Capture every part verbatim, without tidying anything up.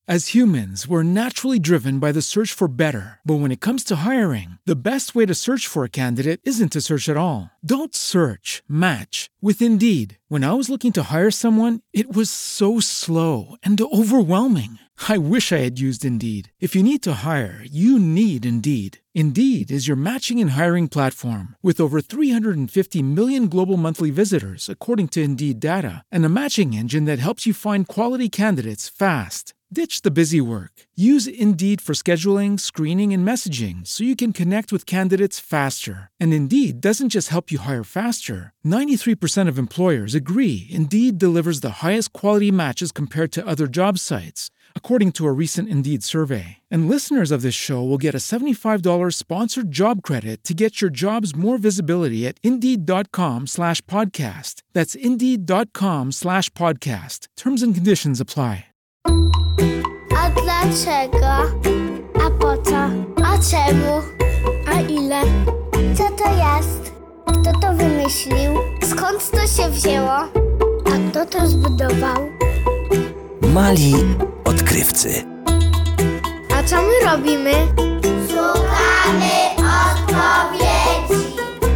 As humans, we're naturally driven by the search for better. But when it comes to hiring, the best way to search for a candidate isn't to search at all. Don't search, match with Indeed. When I was looking to hire someone, it was so slow and overwhelming. I wish I had used Indeed. If you need to hire, you need Indeed. Indeed is your matching and hiring platform with over three hundred fifty million global monthly visitors, according to Indeed data, and a matching engine that helps you find quality candidates fast. Ditch the busy work. Use Indeed for scheduling, screening, and messaging so you can connect with candidates faster. And Indeed doesn't just help you hire faster. ninety-three percent of employers agree Indeed delivers the highest quality matches compared to other job sites, according to a recent Indeed survey. And listeners of this show will get a seventy-five dollars sponsored job credit to get your jobs more visibility at Indeed.com slash podcast. That's Indeed.com slash podcast. Terms and conditions apply. A dlaczego? A po co? A czemu? A ile? Co to jest? Kto to wymyślił? Skąd to się wzięło? A kto to zbudował? Mali odkrywcy. A co my robimy? Szukamy odpowiedzi.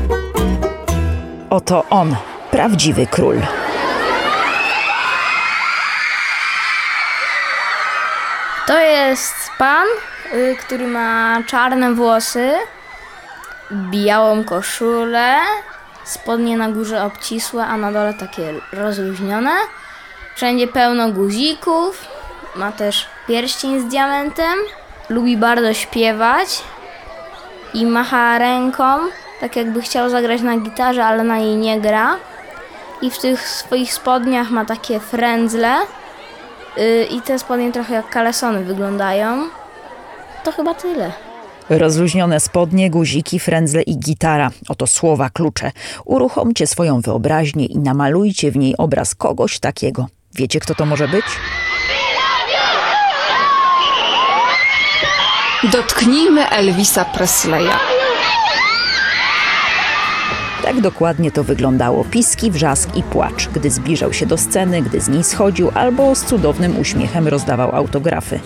Oto on, prawdziwy król. To jest pan, y, który ma czarne włosy, białą koszulę, spodnie na górze obcisłe, a na dole takie rozluźnione. Wszędzie pełno guzików, ma też pierścień z diamentem, lubi bardzo śpiewać i macha ręką, tak jakby chciał zagrać na gitarze, ale na niej nie gra. I w tych swoich spodniach ma takie frędzle yy, i te spodnie trochę jak kalesony wyglądają. To chyba tyle. Rozluźnione spodnie, guziki, frędzle i gitara. Oto słowa klucze. Uruchomcie swoją wyobraźnię i namalujcie w niej obraz kogoś takiego. Wiecie, kto to może być? Dotknijmy Elvisa Presleya. Tak dokładnie to wyglądało. Piski, wrzask i płacz, gdy zbliżał się do sceny, gdy z niej schodził albo z cudownym uśmiechem rozdawał autografy.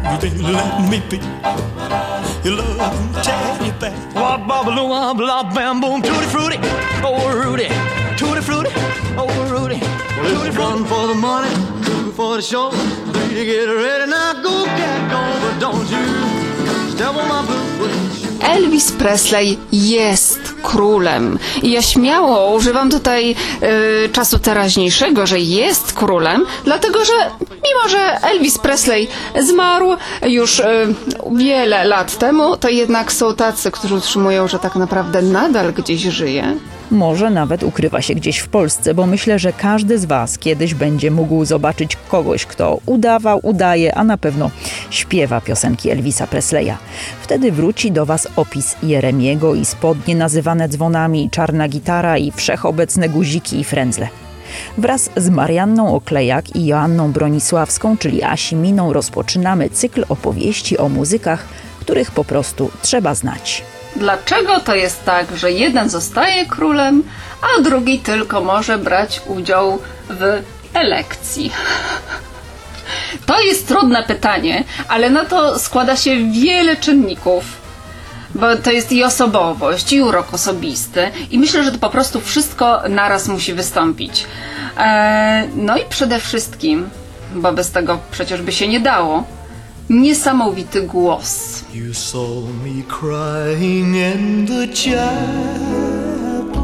Elvis Presley jest królem. I ja śmiało używam tutaj y, czasu teraźniejszego, że jest królem, dlatego że mimo, że Elvis Presley zmarł już y, wiele lat temu, to jednak są tacy, którzy utrzymują, że tak naprawdę nadal gdzieś żyje. Może nawet ukrywa się gdzieś w Polsce, bo myślę, że każdy z was kiedyś będzie mógł zobaczyć kogoś, kto udawał, udaje, a na pewno śpiewa piosenki Elvisa Presleya. Wtedy wróci do was opis Jeremiego i spodnie nazywane dzwonami, czarna gitara i wszechobecne guziki i frędzle. Wraz z Marianną Oklejak i Joanną Bronisławską, czyli Asiminą, rozpoczynamy cykl opowieści o muzykach, których po prostu trzeba znać. Dlaczego to jest tak, że jeden zostaje królem, a drugi tylko może brać udział w elekcji? To jest trudne pytanie, ale na to składa się wiele czynników, bo to jest i osobowość, i urok osobisty i myślę, że to po prostu wszystko naraz musi wystąpić. Eee, no i przede wszystkim, bo bez tego przecież by się nie dało, niesamowity głos. You saw me crying in the chapel.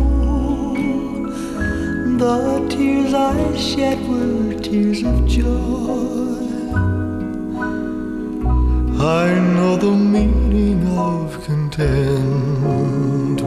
The tears I shed were tears of joy. I know the meaning of contentment.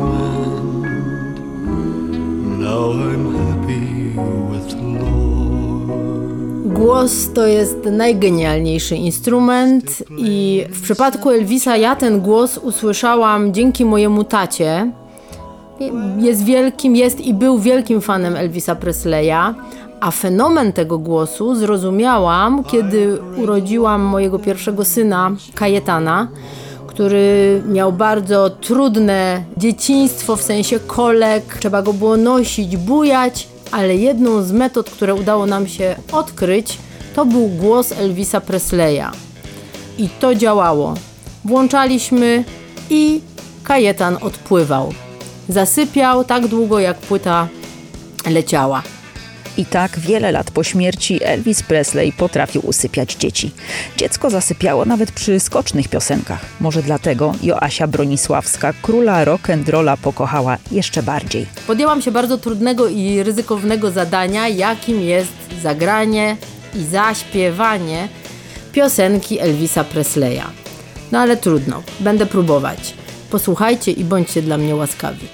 Now I'm happy with the Lord. Głos to jest najgenialniejszy instrument i w przypadku Elvisa ja ten głos usłyszałam dzięki mojemu tacie. Jest wielkim, jest i był wielkim fanem Elvisa Presleya, a fenomen tego głosu zrozumiałam, kiedy urodziłam mojego pierwszego syna, Kajetana, który miał bardzo trudne dzieciństwo, w sensie kolek, trzeba go było nosić, bujać, ale jedną z metod, które udało nam się odkryć, to był głos Elvisa Presleya. I to działało. Włączaliśmy i Kajetan odpływał. Zasypiał tak długo, jak płyta leciała. I tak wiele lat po śmierci Elvis Presley potrafił usypiać dzieci. Dziecko zasypiało nawet przy skocznych piosenkach. Może dlatego Joasia Bronisławska króla rock'n'rolla pokochała jeszcze bardziej. Podjęłam się bardzo trudnego i ryzykownego zadania, jakim jest zagranie i zaśpiewanie piosenki Elvisa Presleya. No ale trudno, będę próbować. Posłuchajcie i bądźcie dla mnie łaskawi.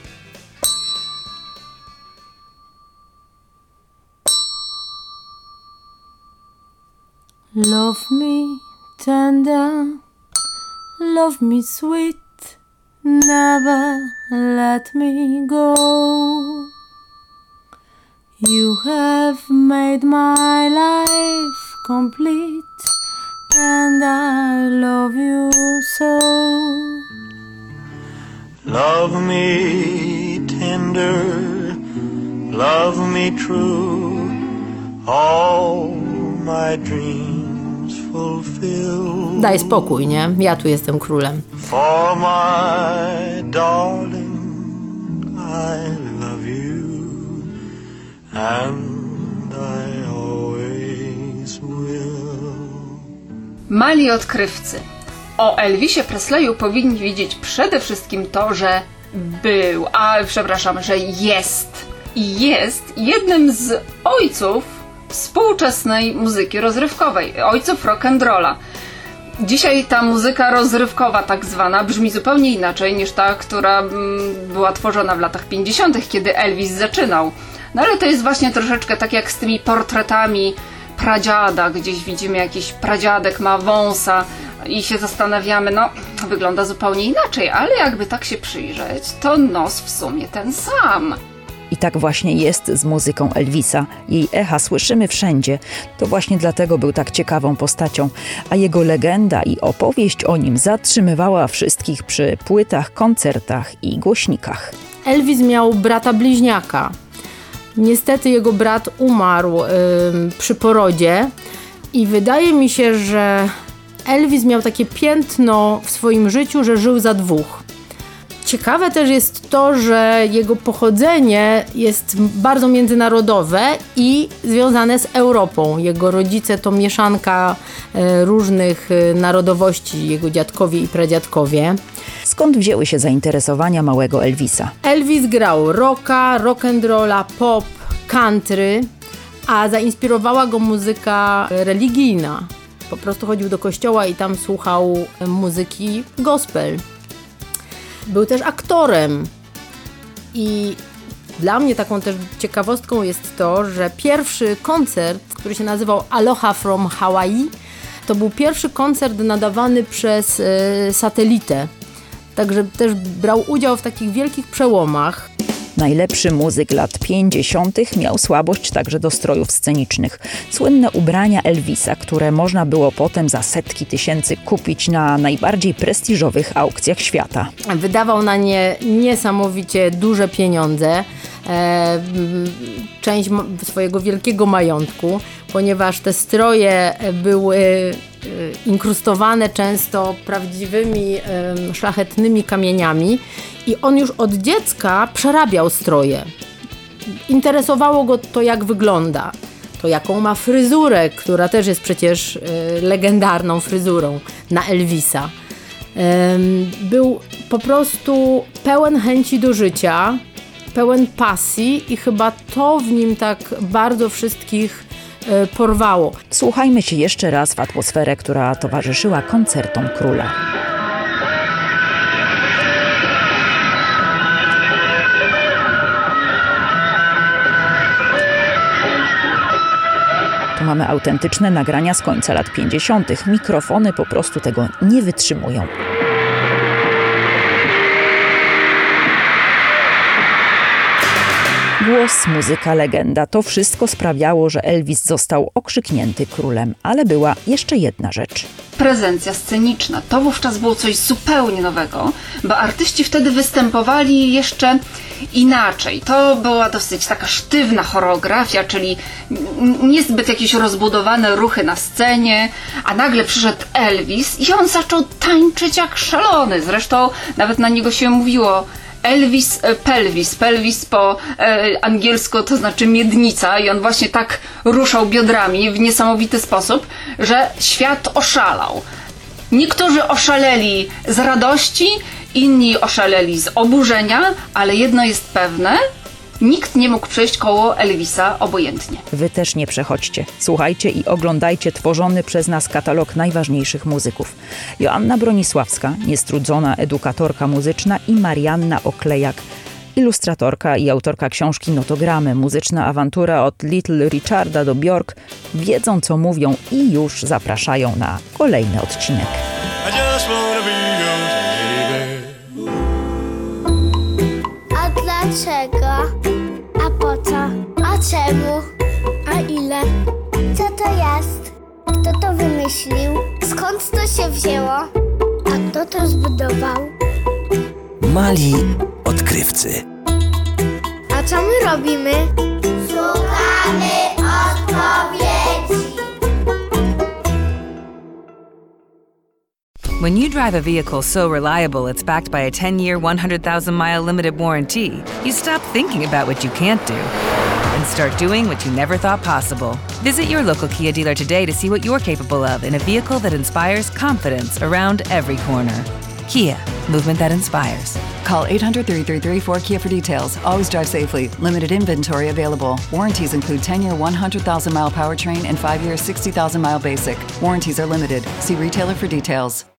Love me tender, love me sweet, never let me go. You have made my life complete, and I love you so. Love me tender, love me true, all my dreams fulfill. Daj spokój, nie? Ja tu jestem królem. For my darling, I love you, and I always will. Mali odkrywcy. O Elvisie Presleyu powinni wiedzieć przede wszystkim to, że był, a przepraszam, że jest i jest jednym z ojców współczesnej muzyki rozrywkowej, ojców rock'n'rolla. Dzisiaj ta muzyka rozrywkowa tak zwana brzmi zupełnie inaczej niż ta, która mm, była tworzona w latach pięćdziesiątych, kiedy Elvis zaczynał. No ale to jest właśnie troszeczkę tak jak z tymi portretami pradziada, gdzieś widzimy jakiś pradziadek ma wąsa i się zastanawiamy, no wygląda zupełnie inaczej, ale jakby tak się przyjrzeć, to nos w sumie ten sam. I tak właśnie jest z muzyką Elvisa. Jej echa słyszymy wszędzie. To właśnie dlatego był tak ciekawą postacią, a jego legenda i opowieść o nim zatrzymywała wszystkich przy płytach, koncertach i głośnikach. Elvis miał brata bliźniaka. Niestety jego brat umarł yy, przy porodzie i wydaje mi się, że Elvis miał takie piętno w swoim życiu, że żył za dwóch. Ciekawe też jest to, że jego pochodzenie jest bardzo międzynarodowe i związane z Europą. Jego rodzice to mieszanka różnych narodowości, jego dziadkowie i pradziadkowie. Skąd wzięły się zainteresowania małego Elvisa? Elvis grał rocka, rock'n'rolla, pop, country, a zainspirowała go muzyka religijna. Po prostu chodził do kościoła i tam słuchał muzyki gospel. Był też aktorem i dla mnie taką też ciekawostką jest to, że pierwszy koncert, który się nazywał Aloha from Hawaii, to był pierwszy koncert nadawany przez y, satelitę. Także też brał udział w takich wielkich przełomach. Najlepszy muzyk lat pięćdziesiątych miał słabość także do strojów scenicznych. Słynne ubrania Elvisa, które można było potem za setki tysięcy kupić na najbardziej prestiżowych aukcjach świata. Wydawał na nie niesamowicie duże pieniądze, e, część swojego wielkiego majątku, ponieważ te stroje były inkrustowane często prawdziwymi, szlachetnymi kamieniami i on już od dziecka przerabiał stroje. Interesowało go to, jak wygląda, to jaką ma fryzurę, która też jest przecież legendarną fryzurą na Elvisa. Był po prostu pełen chęci do życia, pełen pasji i chyba to w nim tak bardzo wszystkich porwało. Słuchajmy się jeszcze raz w atmosferę, która towarzyszyła koncertom króla. Tu mamy autentyczne nagrania z końca lat pięćdziesiątych. Mikrofony po prostu tego nie wytrzymują. Głos, muzyka, legenda. To wszystko sprawiało, że Elvis został okrzyknięty królem. Ale była jeszcze jedna rzecz. Prezencja sceniczna. To wówczas było coś zupełnie nowego, bo artyści wtedy występowali jeszcze inaczej. To była dosyć taka sztywna choreografia, czyli niezbyt jakieś rozbudowane ruchy na scenie, a nagle przyszedł Elvis i on zaczął tańczyć jak szalony. Zresztą nawet na niego się mówiło Elvis pelvis. Pelvis po e, angielsku to znaczy miednica i on właśnie tak ruszał biodrami w niesamowity sposób, że świat oszalał. Niektórzy oszaleli z radości, inni oszaleli z oburzenia, ale jedno jest pewne, nikt nie mógł przejść koło Elvisa obojętnie. Wy też nie przechodźcie. Słuchajcie i oglądajcie tworzony przez nas katalog najważniejszych muzyków. Joanna Bronisławska, niestrudzona edukatorka muzyczna, i Marianna Oklejak, ilustratorka i autorka książki Notogramy. Muzyczna awantura od Little Richarda do Björk wiedzą, co mówią i już zapraszają na kolejny odcinek. A dlaczego? A po co? A czemu? A ile? Co to jest? Kto to wymyślił? Skąd to się wzięło? A kto to zbudował? Mali odkrywcy. A co my robimy? Szukamy odpowiedzi. When you drive a vehicle so reliable it's backed by a ten-year, one hundred thousand mile limited warranty, you stop thinking about what you can't do and start doing what you never thought possible. Visit your local Kia dealer today to see what you're capable of in a vehicle that inspires confidence around every corner. Kia, movement that inspires. Call eight hundred, three three three, four Kia for details. Always drive safely. Limited inventory available. Warranties include ten-year, one hundred thousand mile powertrain and five-year, sixty thousand mile basic. Warranties are limited. See retailer for details.